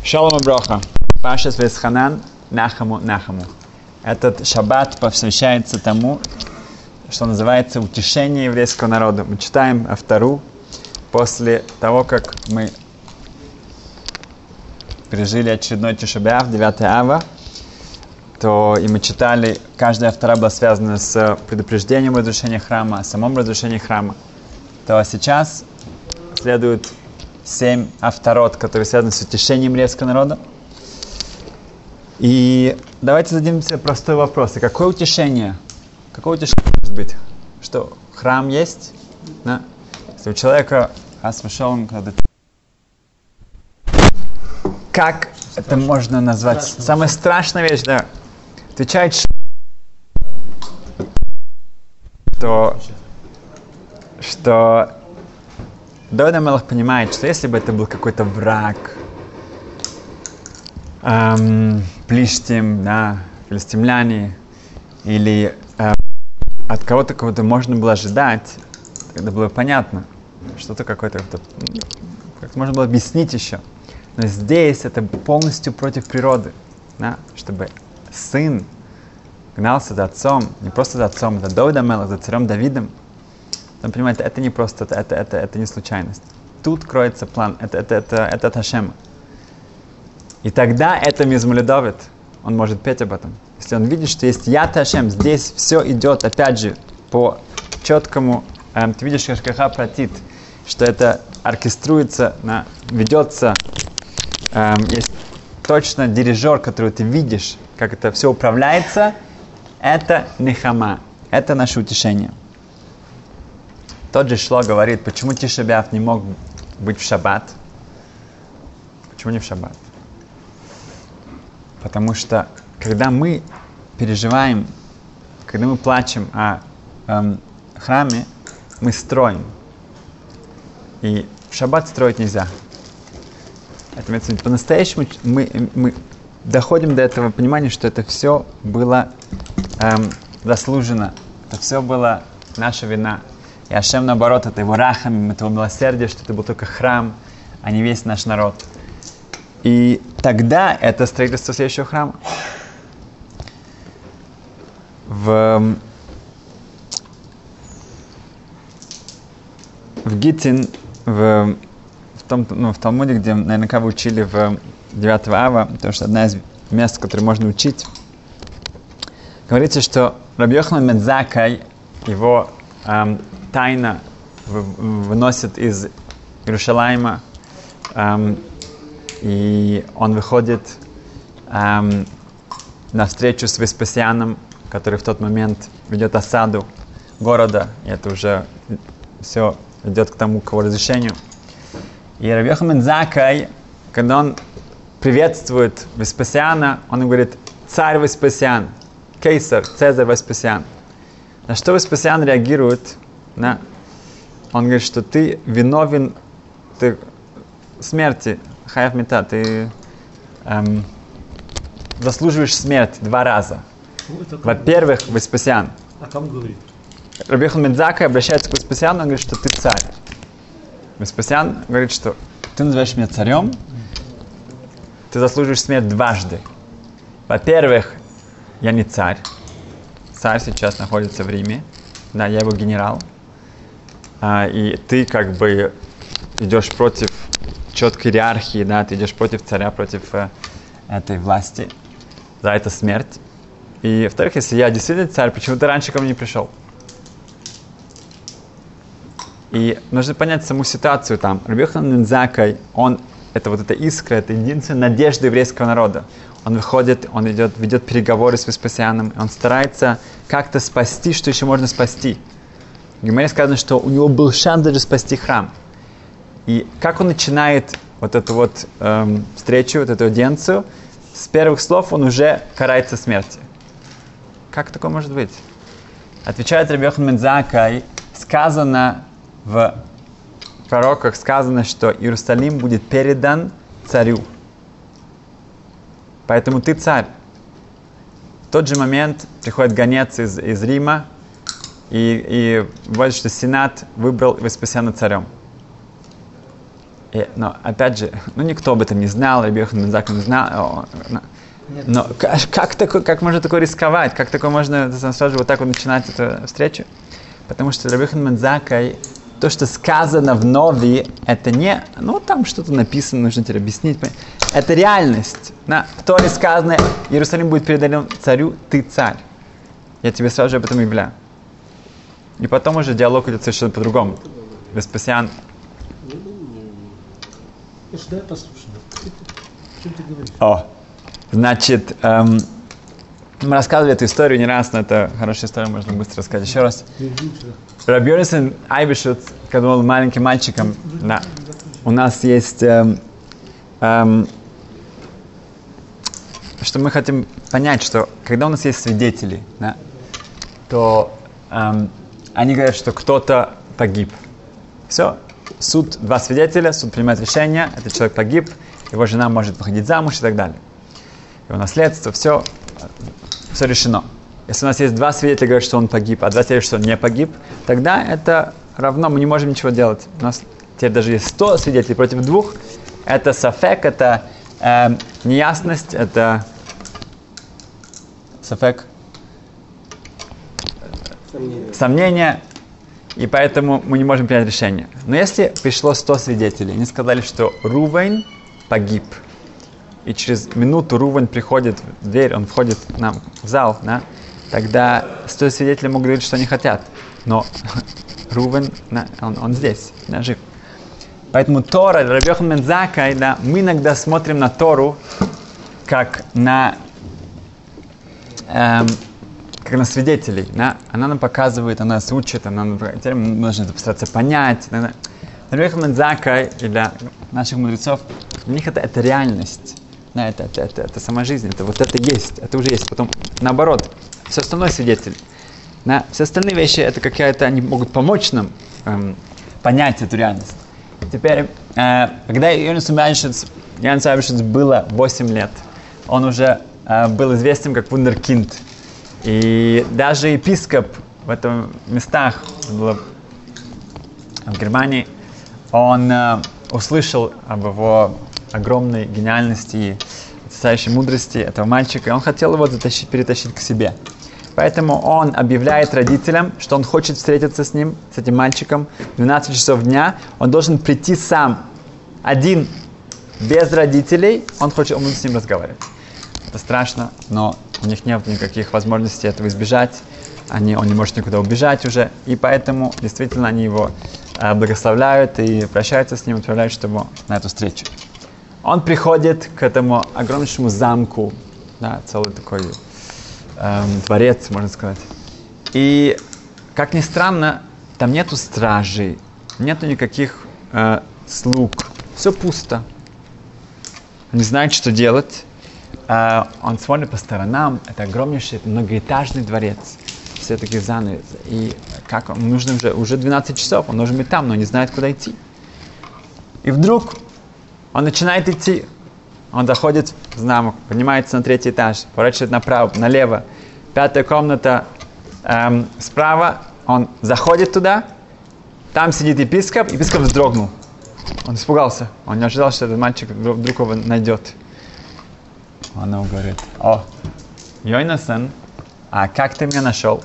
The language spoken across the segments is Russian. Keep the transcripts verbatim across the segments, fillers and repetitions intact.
Шалом и броха. Пашас Весханан Нахаму Нахаму. Этот шаббат посвящается тому, что называется утешение еврейского народа. Мы читаем Афтару после того, как мы пережили очередной Тиша б'Ав, девятое ава, то и мы читали, каждая Афтара была связана с предупреждением разрушения храма, о самом разрушении храма. То сейчас следует семь Афтарот, которые связаны с утешением еврейского народа. И давайте зададим себе простой вопрос. И какое утешение? Какое утешение может быть? Что, храм есть? Да? Если у человека асфашолом, когда... Как это можно назвать? Страшная. Самая страшная вещь, да. Отвечает, что, что Давид ха-Мелех понимает, что если бы это был какой-то враг, эм, Плиштим, да, филистимляне, или эм, от кого-то кого-то можно было ожидать, тогда было понятно, что-то какое-то, как-то можно было объяснить еще. Но здесь это полностью против природы, да, чтобы сын гнался за отцом, не просто за отцом, за Давид ха-Мелех, за царем Давидом. Он понимает, это не просто, это, это, это, это не случайность. Тут кроется план, это, это, это, это от Хашема. И тогда это Мизмур Давид, он может петь об этом. Если он видит, что есть Яд Хашем, здесь все идет, опять же, по четкому, эм, ты видишь, как Каха протит, что это оркеструется, на, ведется, эм, есть точно дирижер, который ты видишь, как это все управляется, это нехама, это наше утешение. Тот же Шло говорит, почему Тиша б'Ав не мог быть в шаббат? Почему не в шаббат? Потому что, когда мы переживаем, когда мы плачем о эм, храме, мы строим. И в шаббат строить нельзя. Это имеется в виду, по-настоящему мы, мы доходим до этого понимания, что это все было эм, заслужено. Это все было наша вина. И Ашем, наоборот, это его рахамим, это его милосердие, что это был только храм, а не весь наш народ. И тогда это строительство следующего храма. В, в Гитин, в, в, том, ну, в Талмуде, где наверняка вы учили в девятого ава, потому что одна из мест, которые можно учить, говорится, что Раби Йоханан бен Заккай, его эм, тайно выносит из Иерушалайма, эм, и он выходит эм, на встречу с Веспасианом, который в тот момент ведет осаду города, и это уже все идет к тому, к его разрешению. И Раби Йоханан бен Заккай, когда он приветствует Веспасиана, он говорит: «Царь Веспасиан, кейсар, Цезарь Веспасиан». На что Веспасиан реагирует? На... Он говорит, что ты виновен ты смерти, хаяв мита, ты эм, заслуживаешь смерть два раза. Во-первых, Веспасиан. А кому говорит? Раби Йоханан бен Заккай обращается к Веспасиану, он говорит, что ты царь. Веспасиан говорит, что ты называешь меня царем, ты заслуживаешь смерть дважды. Во-первых, я не царь. Царь сейчас находится в Риме. Да, я его генерал. А, и ты как бы идешь против четкой иерархии, да, ты идешь против царя, против э, этой власти. За это смерть. И во-вторых, если я действительно царь, почему ты раньше ко мне не пришел? И нужно понять саму ситуацию там. Раби Йоханан бен Заккай, он, это вот эта искра, это единственная надежда еврейского народа. Он выходит, он идет, ведет переговоры с Веспасианом, он старается как-то спасти, что еще можно спасти. В Гемаре сказано, что у него был шанс даже спасти храм. И как он начинает вот эту вот эм, встречу, вот эту аудиенцию, с первых слов он уже карается смертью. Как такое может быть? Отвечает Раби Йоханан бен Заккай, сказано в пророках, сказано, что Иерусалим будет передан царю. Поэтому ты царь. В тот же момент приходит гонец из, из Рима и, и говорит, что Сенат выбрал Веспасиана царем. И И, но опять же, ну никто об этом не знал, Раби Йоханан бен Заккай не знал. Но, но как, как, такой, как можно такое рисковать? Как такое можно сразу же вот так вот начинать эту встречу? Потому что Раби Йоханан бен Заккай, то, что сказано в Нови, это не, ну там что-то написано, нужно тебе объяснить. Это реальность. На Торе сказано, Иерусалим будет передан царю, ты царь. Я тебе сразу же об этом объявляю. И потом уже диалог идет совершенно по-другому. Веспасиан. Да, послушай. О чем ты говоришь? О, значит, эм, мы рассказывали эту историю не раз, но это хорошая история, можно быстро рассказать еще раз. Раби Йонасан Айбешут, когда он был маленьким мальчиком, да, у нас есть, эм, эм, что мы хотим понять, что когда у нас есть свидетели, да, то эм, они говорят, что кто-то погиб. Все, суд, два свидетеля, суд принимает решение, этот человек погиб, его жена может выходить замуж и так далее. Его наследство, все, все решено. Если у нас есть два свидетеля, говорят, что он погиб, а два свидетеля, что он не погиб, тогда это равно, мы не можем ничего делать. У нас теперь даже есть сто свидетелей против двух. Это сафек, это э, неясность, это сафек, сомнение. сомнение, и поэтому мы не можем принять решение. Но если пришло сто свидетелей, они сказали, что Рувен погиб, и через минуту Рувен приходит в дверь, он входит нам в зал, да, тогда сто свидетелей могут говорить, что они хотят. Но Рувен, он, он здесь, да, жив. Поэтому Тора, Раби Йоханан бен Заккай, да, мы иногда смотрим на Тору как на, эм, как на свидетелей. Да? Она нам показывает, она нас учит, она нам, теперь мы должны постараться понять. Да? Раби Йоханан бен Заккай и для наших мудрецов, для них это, это реальность. Да, это, это, это, это сама жизнь, это вот это есть, это уже есть. Потом наоборот, все остальное свидетель. Да? Все остальные вещи, это какая-то, они могут помочь нам эм, понять эту реальность. Теперь, э, когда Йонасу Айбешутс было восемь лет, он уже э, был известен как вундеркинд. И даже епископ в этих местах, было в Германии, он э, услышал об его огромной гениальности и потрясающей мудрости этого мальчика, и он хотел его затащить, перетащить к себе. Поэтому он объявляет родителям, что он хочет встретиться с ним, с этим мальчиком, в двенадцать часов дня. Он должен прийти сам, один, без родителей, он хочет, он будет с ним разговаривать. Это страшно, но у них нет никаких возможностей этого избежать. Они, он не может никуда убежать уже, и поэтому действительно они его э, благословляют и прощаются с ним, отправляют его на эту встречу. Он приходит к этому огромнейшему замку, да, целый такой эм, дворец, можно сказать. И, как ни странно, там нету стражей, нету никаких э, слуг, все пусто. Он не знает, что делать. Э, он смотрит по сторонам, это огромнейший, это многоэтажный дворец. Все такие занавесы. И как он, нужно уже, уже двенадцать часов, он должен быть там, но не знает, куда идти. И вдруг он начинает идти, он заходит в замок, поднимается на третий этаж, поворачивает направо, налево, пятая комната эм, справа, он заходит туда, там сидит епископ, епископ вздрогнул, он испугался, он не ожидал, что этот мальчик вдруг его найдет. Он ему говорит: о, Йонасан, а как ты меня нашел?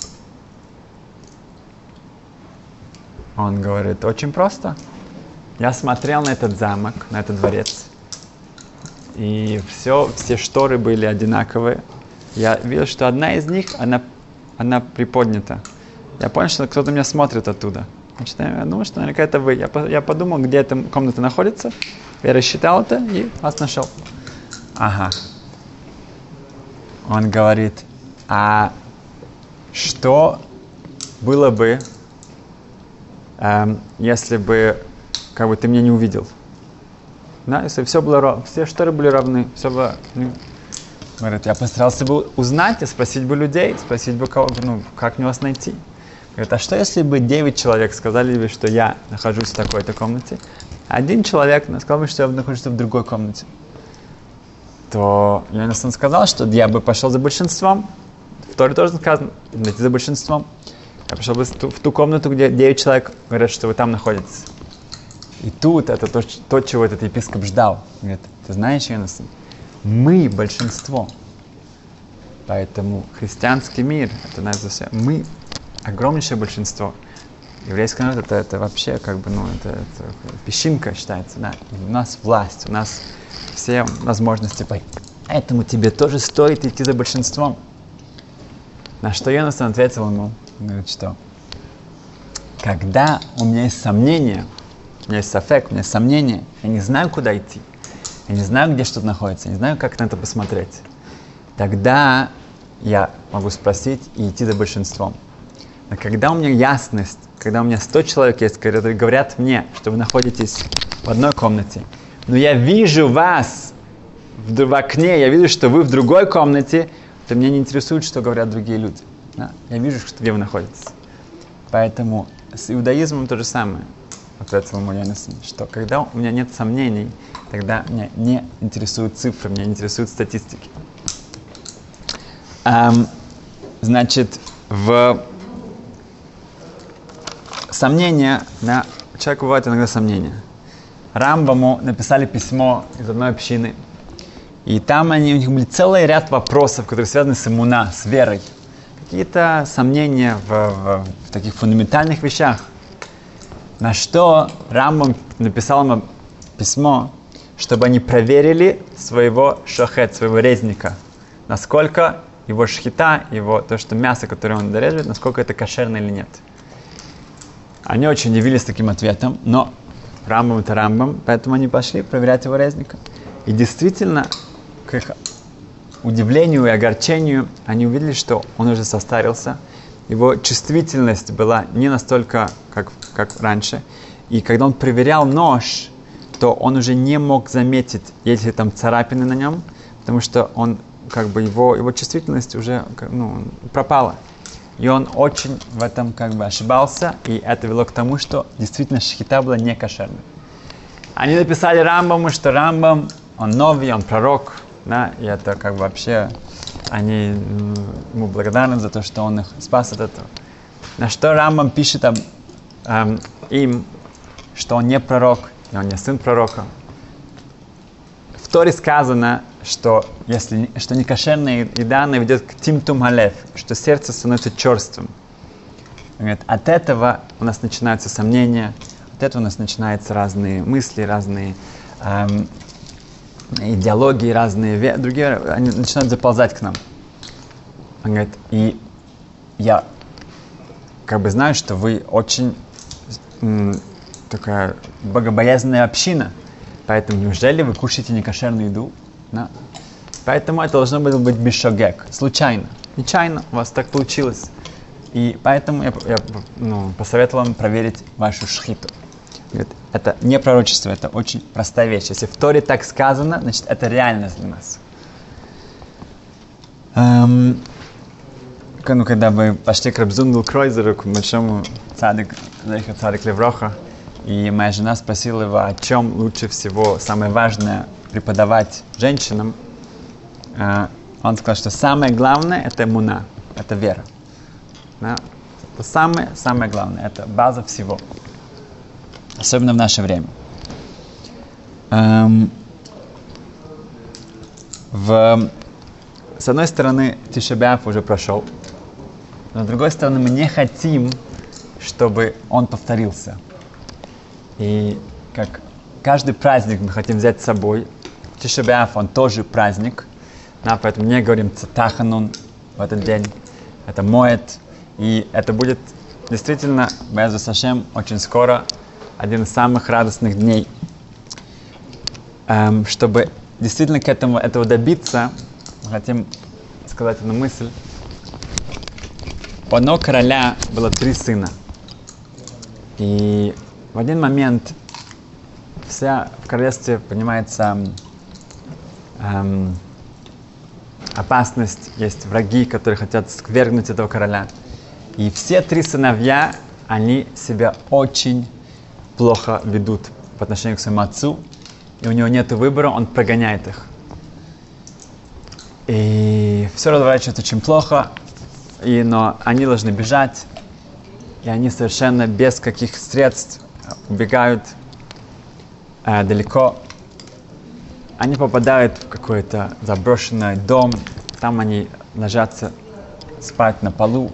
Он говорит: очень просто. Я смотрел на этот замок, на этот дворец, и все, все шторы были одинаковые. Я видел, что одна из них, она, она приподнята. Я понял, что кто-то меня смотрит оттуда. Значит, я думал, что наверняка это вы. Я, я подумал, где эта комната находится, я рассчитал это и вас нашел. Ага. Он говорит: а что было бы, эм, если бы как бы ты меня не увидел? Да, если все было равно, все шторы были равны, все было. Ну, говорит, я постарался бы узнать и спросить бы людей, спросить бы кого, ну, как мне вас найти. Говорит, а что если бы девять человек сказали бы, что я нахожусь в такой-то комнате, а один человек сказал бы, что я нахожусь в другой комнате? То Йонасан сказал, что я бы пошел за большинством. В Торе тоже сказано, идти за большинством. Я пошел бы в ту, в ту комнату, где девять человек говорят, что вы там находитесь. И тут это то, то, чего этот епископ ждал. Говорит, ты знаешь, Йонасан, мы большинство. Поэтому христианский мир, это нас за все. Мы огромнейшее большинство. Еврейский народ это, это вообще как бы, ну, это, это песчинка считается, да. У нас власть, у нас все возможности. Поэтому тебе тоже стоит идти за большинством. На что Йонасан ответил ему, говорит, что когда у меня есть сомнения, у меня есть сафек, у меня есть сомнения, я не знаю, куда идти, я не знаю, где что-то находится, я не знаю, как на это посмотреть, тогда я могу спросить и идти за большинством. Но когда у меня ясность, когда у меня сто человек есть, которые говорят мне, что вы находитесь в одной комнате, но я вижу вас в, в окне, я вижу, что вы в другой комнате, то меня не интересует, что говорят другие люди. Да? Я вижу, что где вы находитесь. Поэтому с иудаизмом то же самое. Ответил ему Йонасан, что когда у меня нет сомнений, тогда меня не интересуют цифры, меня не интересуют статистики. Эм, значит, в сомнения, да, у человека бывают иногда сомнения. Рамбаму написали письмо из одной общины, и там они, у них были целый ряд вопросов, которые связаны с иммуна, с верой. Какие-то сомнения в, в, в таких фундаментальных вещах. На что Рамбам написал им письмо, чтобы они проверили своего шохет, своего резника, насколько его шхита, его, то, что мясо, которое он дорежет, насколько это кошерно или нет. Они очень удивились таким ответом, но Рамбам это Рамбам, поэтому они пошли проверять его резника. И действительно, к их удивлению и огорчению, они увидели, что он уже состарился, его чувствительность была не настолько, как, как раньше, и когда он проверял нож, то он уже не мог заметить, есть ли там царапины на нем, потому что он, как бы его, его чувствительность уже, ну, пропала. И он очень в этом как бы ошибался, и это вело к тому, что действительно шхита была не кошерной. Они написали Рамбаму, что Рамбам, он новый, он пророк, да, и это как бы вообще, они ему благодарны за то, что он их спас от этого. На что Рамбам пишет там, эм, им, что он не пророк, и он не сын пророка. В Торе сказано, что если что некошерная еда ведет к тимтум халев, что сердце становится черствым. Говорит, от этого у нас начинаются сомнения, от этого у нас начинаются разные мысли, разные эм, идеологии, разные другие, они начинают заползать к нам. Он говорит, и я как бы знаю, что вы очень м, такая богобоязненная община, поэтому неужели вы кушаете некошерную еду? Да? Поэтому это должно было быть бешогек, случайно, нечаянно у вас так получилось. И поэтому я, я ну, посоветовал вам проверить вашу шхиту. Говорит, это не пророчество, это очень простая вещь. Если в Торе так сказано, значит это реальность для нас. Эм, ну, когда мы пошли к Рабзунгу Кройзеру, к большому цадик, цадик Левроха, и моя жена спросила его, о чем лучше всего, самое важное преподавать женщинам, э, он сказал, что самое главное это эмуна, это вера. Да? Это самое, самое главное, это база всего. Особенно в наше время. Эм, в, с одной стороны, Тиша б'Ав уже прошел, но с другой стороны, мы не хотим, чтобы он повторился. И как каждый праздник мы хотим взять с собой, Тиша б'Ав, он тоже праздник, да, поэтому не говорим Цатаханун в этот день, это Моэд, и это будет действительно, Бе'эзрат Ашем, очень скоро, один из самых радостных дней. Эм, чтобы действительно к этому этого добиться, мы хотим сказать одну мысль. У одного короля было три сына. И в один момент вся в королевстве понимается эм, опасность, есть враги, которые хотят свергнуть этого короля. И все три сыновья, они себя очень плохо ведут по отношению к своему отцу, и у него нет выбора, он прогоняет их. И все разворачивается очень плохо, и, но они должны бежать, и они совершенно без каких средств убегают, э, далеко. Они попадают в какой-то заброшенный дом, там они ложатся спать на полу.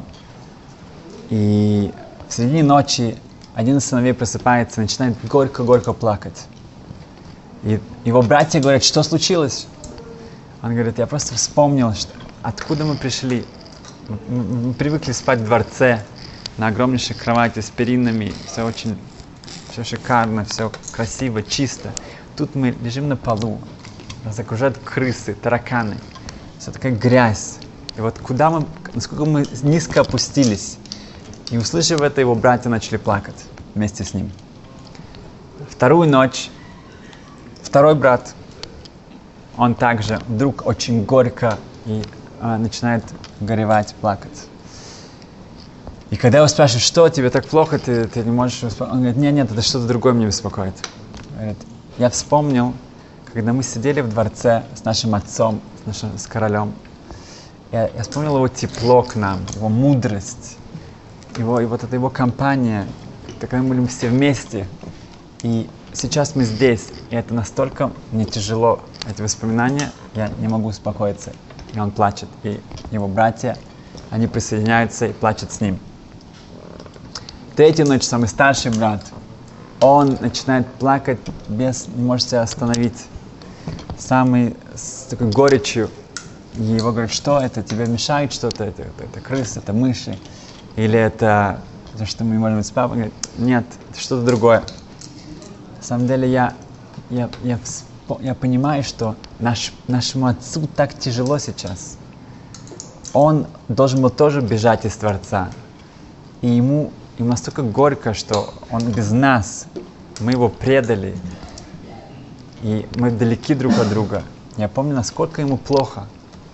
И в середине ночи один из сыновей просыпается и начинает горько-горько плакать. И его братья говорят, что случилось? Он говорит, я просто вспомнил, что, откуда мы пришли. Мы, мы привыкли спать в дворце, на огромнейшей кровати с перинами, все очень, все шикарно, все красиво, чисто. Тут мы лежим на полу, нас окружают крысы, тараканы, все такая грязь. И вот куда мы, насколько мы низко опустились. И услышав это, его братья начали плакать вместе с ним. Вторую ночь, второй брат, он также вдруг очень горько и а, начинает горевать, плакать. И когда его спрашивают, что тебе так плохо, ты, ты не можешь успокоиться, он говорит, нет, нет, это что-то другое меня беспокоит. Говорит, я вспомнил, когда мы сидели в дворце с нашим отцом, с нашим с королем, я, я вспомнил его тепло к нам, его мудрость, его, и вот эта его компания, когда мы были все вместе. И сейчас мы здесь, и это настолько мне тяжело, эти воспоминания, я не могу успокоиться. И он плачет, и его братья, они присоединяются и плачут с ним. Третью ночь самый старший брат, он начинает плакать, без, не может себя остановить, самый с такой горечью. И его говорят, что это, тебе мешает что-то, это, это, это крысы, это мыши, или это то, что мы не можем спать. Он говорит, нет, это что-то другое. На самом деле я, я, я, я понимаю, что наш, нашему отцу так тяжело сейчас. Он должен был тоже бежать из Творца. И ему, ему настолько горько, что он без нас, мы его предали. И мы далеки друг от друга. Я помню, насколько ему плохо.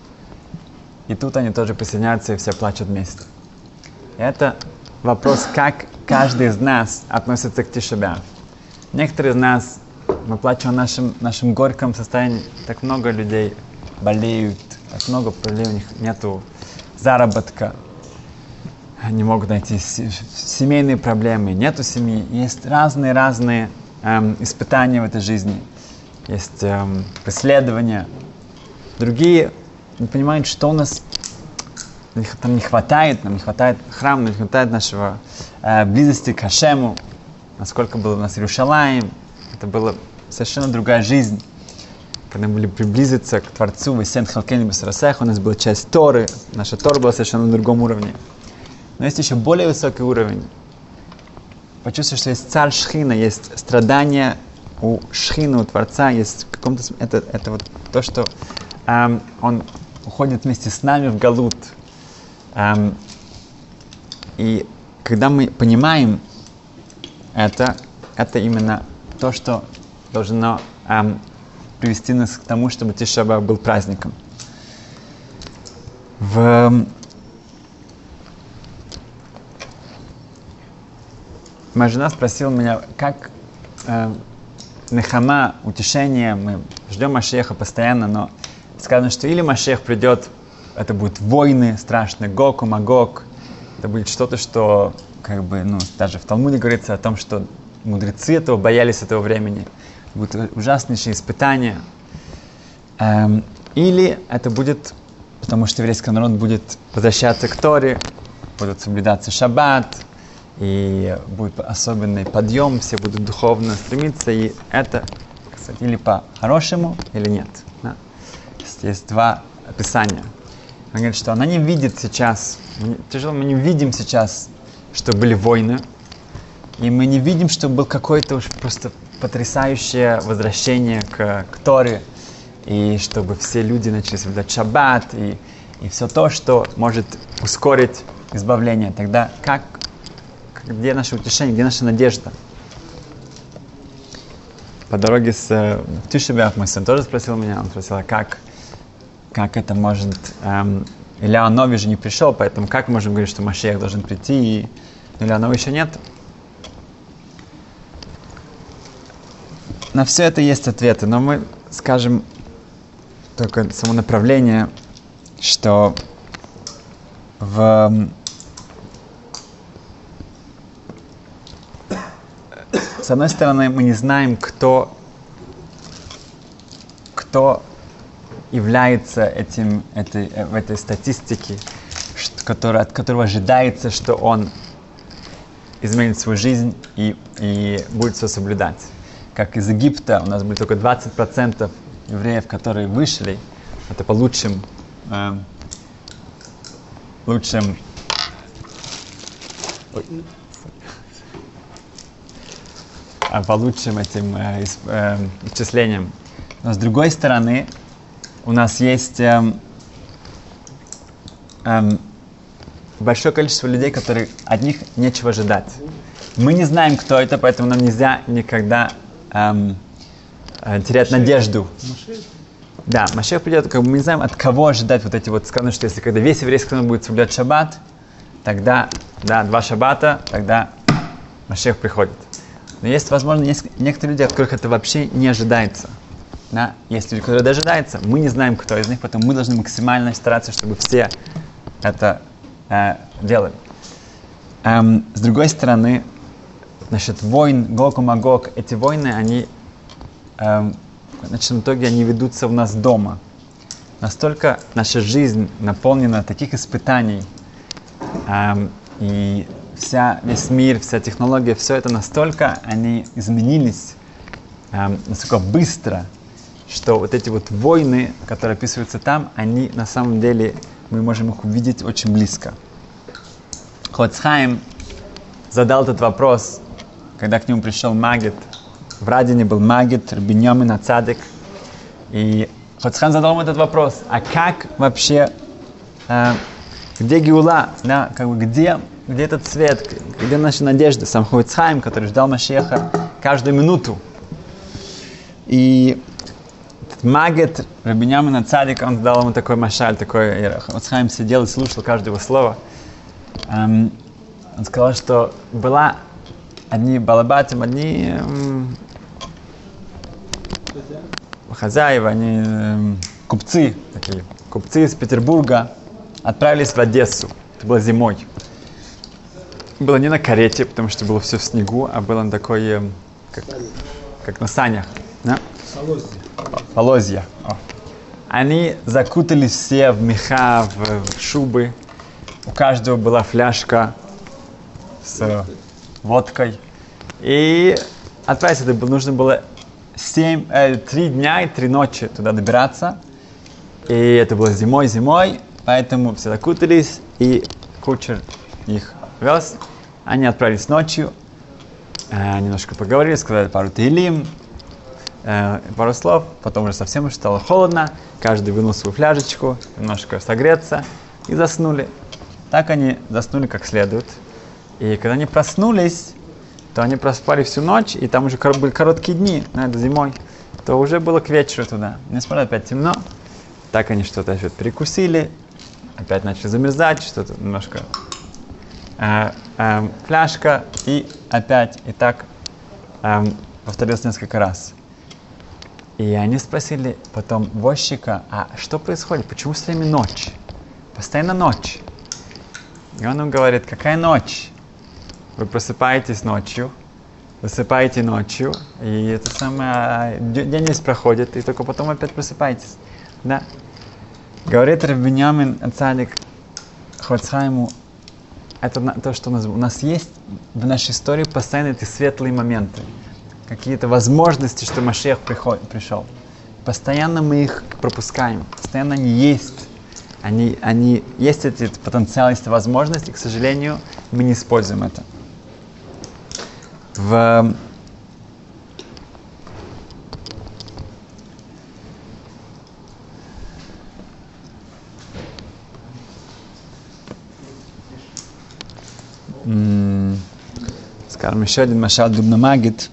И тут они тоже присоединяются и все плачут вместе. И это вопрос, как каждый из нас относится к Тиша б'Ав. Некоторые из нас, мы плачем о нашем, нашем горьком состоянии. Так много людей болеют, так много проблем, у них нету заработка, не могут найти семейные проблемы, нету семьи. Есть разные-разные эм, испытания в этой жизни. Есть эм, преследования. Другие не понимают, что у нас там не хватает, нам не хватает храма, нам не хватает нашего э, близости к Хашему. Насколько было у нас Иерушалаим, это была совершенно другая жизнь. Когда мы были приблизиться к Творцу, в Исен Халкейну Бесарасех, у нас была часть Торы, наша Тора была совершенно на другом уровне. Но есть еще более высокий уровень. Почувствовать, что есть царь Шхина, есть страдания у Шхина, у Творца, есть в каком-то смысле, это, это вот то, что эм, он уходит вместе с нами в Галут. Эм, и когда мы понимаем это, это именно то, что должно эм, привести нас к тому, чтобы Тиша б'Ав был праздником. В... Моя жена спросила меня, как э, нехама, утешение, мы ждем Машеха постоянно, но сказано, что или Машех придет, это будут войны страшные, Гог и Магог, это будет что-то, что, как бы, ну, даже в Талмуде говорится о том, что мудрецы этого боялись этого времени. Будут ужаснейшие испытания. Эм, или это будет, потому что еврейский народ будет возвращаться к Торе, будут соблюдаться шаббат, и будет особенный подъем, все будут духовно стремиться, и это, кстати, или по-хорошему, или нет. Да? Есть, есть два описания. Он говорит, что она не видит сейчас, мы, тяжело, мы не видим сейчас, что были войны, и мы не видим, что был какой-то уж просто потрясающее возвращение к, к Торе, и чтобы все люди начали соблюдать шаббат, и, и все то, что может ускорить избавление. Тогда как, где наше утешение, где наша надежда? По дороге с Тиша б'Ав мой сын тоже спросил меня, он спросил, как, как это может... Эм, Илья Нови же не пришел, поэтому как можем говорить, что Машиах должен прийти, и Илья Нови еще нет? На все это есть ответы, но мы скажем только само направление, что в... с одной стороны, мы не знаем, кто кто является этим, этой, в этой статистике, что, который, от которого ожидается, что он изменит свою жизнь и, и будет все соблюдать. Как из Египта у нас были только двадцать процентов евреев, которые вышли, это по лучшим, э, лучшим а по лучшим этим э, э, исчислениям. Но с другой стороны, у нас есть э, э, большое количество людей, которые от них нечего ожидать. Мы не знаем, кто это, поэтому нам нельзя никогда э, э, терять Машех. надежду. Машех. Да, Машех придет, как бы мы не знаем, от кого ожидать вот эти вот сказано, что если когда весь еврейский народ будет соблюдать шаббат, тогда, да, два шаббата, тогда Машех приходит. Но есть, возможно, есть некоторые люди, от которых это вообще не ожидается. Да? Есть люди, которые дожидаются. Мы не знаем, кто из них, поэтому мы должны максимально стараться, чтобы все это э, делали. Эм, с другой стороны, насчет войн, Гог и Магог, эти войны, они, эм, в конечном итоге, они ведутся у нас дома. Настолько наша жизнь наполнена таких испытаний, эм, и вся, весь мир, вся технология, все это настолько они изменились, эм, настолько быстро, что вот эти вот войны, которые описываются там, они на самом деле, мы можем их увидеть очень близко. Хофец Хаим задал этот вопрос, когда к нему пришел Магид. В Радине был Магид, Биньямин ха-Цадик. И Хофец Хаим задал ему этот вопрос, а как вообще, э, где Геула, да, как бы где... Где этот свет, где наши надежды? Сам Хофец Хаим, который ждал Машеха каждую минуту. И Магид, Биньямин ха-Цадик, он дал ему такой машаль, такой, Хофец Хаим сидел и слушал каждое его слово. Um, он сказал, что была одни балабатим, одни um, хозяева, они um, купцы, такие, купцы из Петербурга отправились в Одессу. Это было зимой. Было не на карете, потому что было все в снегу, а было на такой, как, как на санях. Да? Полозья. Полозья. О. Они закутались все в меха, в, в шубы. У каждого была фляжка с водкой. И отправиться это было, нужно было семь, э, три дня и три ночи туда добираться. И это было зимой-зимой, поэтому все закутались, и кучер их вез. Они отправились ночью, э, немножко поговорили, сказали пару теилим, э, пару слов, потом уже совсем уже стало холодно, каждый вынул свою фляжечку, немножко согреться и заснули. Так они заснули как следует. И когда они проснулись, то они проспали всю ночь, и там уже были короткие дни, ну, это зимой, то уже было к вечеру туда. Несмотря опять темно, так они что-то опять перекусили, опять начали замерзать, что-то немножко э, э, фляжка, и опять, и так э, повторилось несколько раз. И они спросили потом возчика, а что происходит, почему все время ночь? Постоянно ночь. И он им говорит, какая ночь? Вы просыпаетесь ночью, высыпаете ночью, и это самое, день весь проходит, и только потом опять просыпаетесь. Да. Говорит Рав Биньямин ха-Цадик Хофец Хаиму, это то, что у нас, у нас есть в нашей истории постоянно эти светлые моменты, какие-то возможности, что Машех приход, пришел. Постоянно мы их пропускаем, постоянно они есть. Они, они, есть эти потенциалы, есть возможности, и, к сожалению, мы не используем это. В м- скажем, еще один машал Дубна Магид,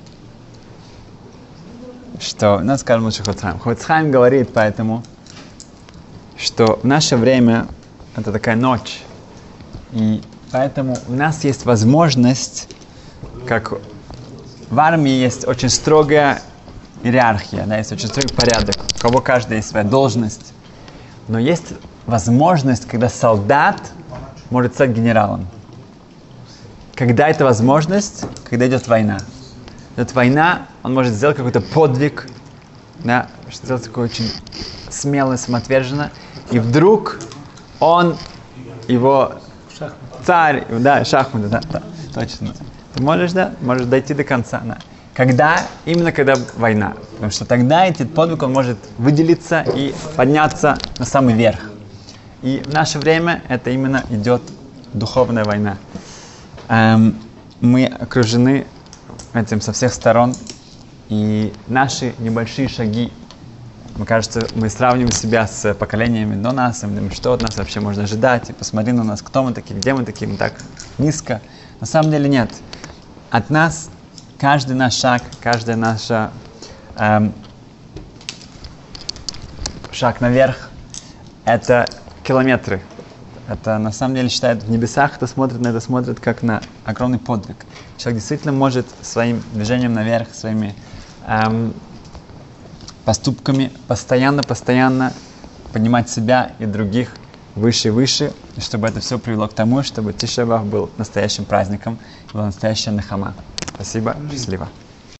что, ну, скажем, лучше Хофец Хаим. Хофец Хаим говорит поэтому, что в наше время это такая ночь, и поэтому у нас есть возможность, как в армии есть очень строгая иерархия, да, есть очень строгий порядок, у кого каждый есть своя должность, но есть возможность, когда солдат может стать генералом. Когда это возможность? Когда идет война. Идет война, он может сделать какой-то подвиг, да, что делать такое очень смело, самоотверженно. И вдруг он, его Шахматы. царь, да, шахматы, да, да, точно. Ты можешь, да, можешь дойти до конца, да. Когда, именно когда война. Потому что тогда этот подвиг, он может выделиться и подняться на самый верх. И в наше время это именно идет духовная война. Эм, мы окружены этим со всех сторон. И наши небольшие шаги, мне кажется, мы сравниваем себя с поколениями до нас, и мы думаем, что от нас вообще можно ожидать, и посмотри на нас, кто мы такие, где мы такие, мы так низко. На самом деле нет. От нас каждый наш шаг, каждый наш эм, шаг наверх, это километры. Это на самом деле считают в небесах, кто смотрит на это, смотрит как на огромный подвиг. Человек действительно может своим движением наверх, своими эм, поступками постоянно-постоянно поднимать себя и других выше и выше, и чтобы это все привело к тому, чтобы Тиша Б'Ав был настоящим праздником, была настоящая нахама. Спасибо, счастливо.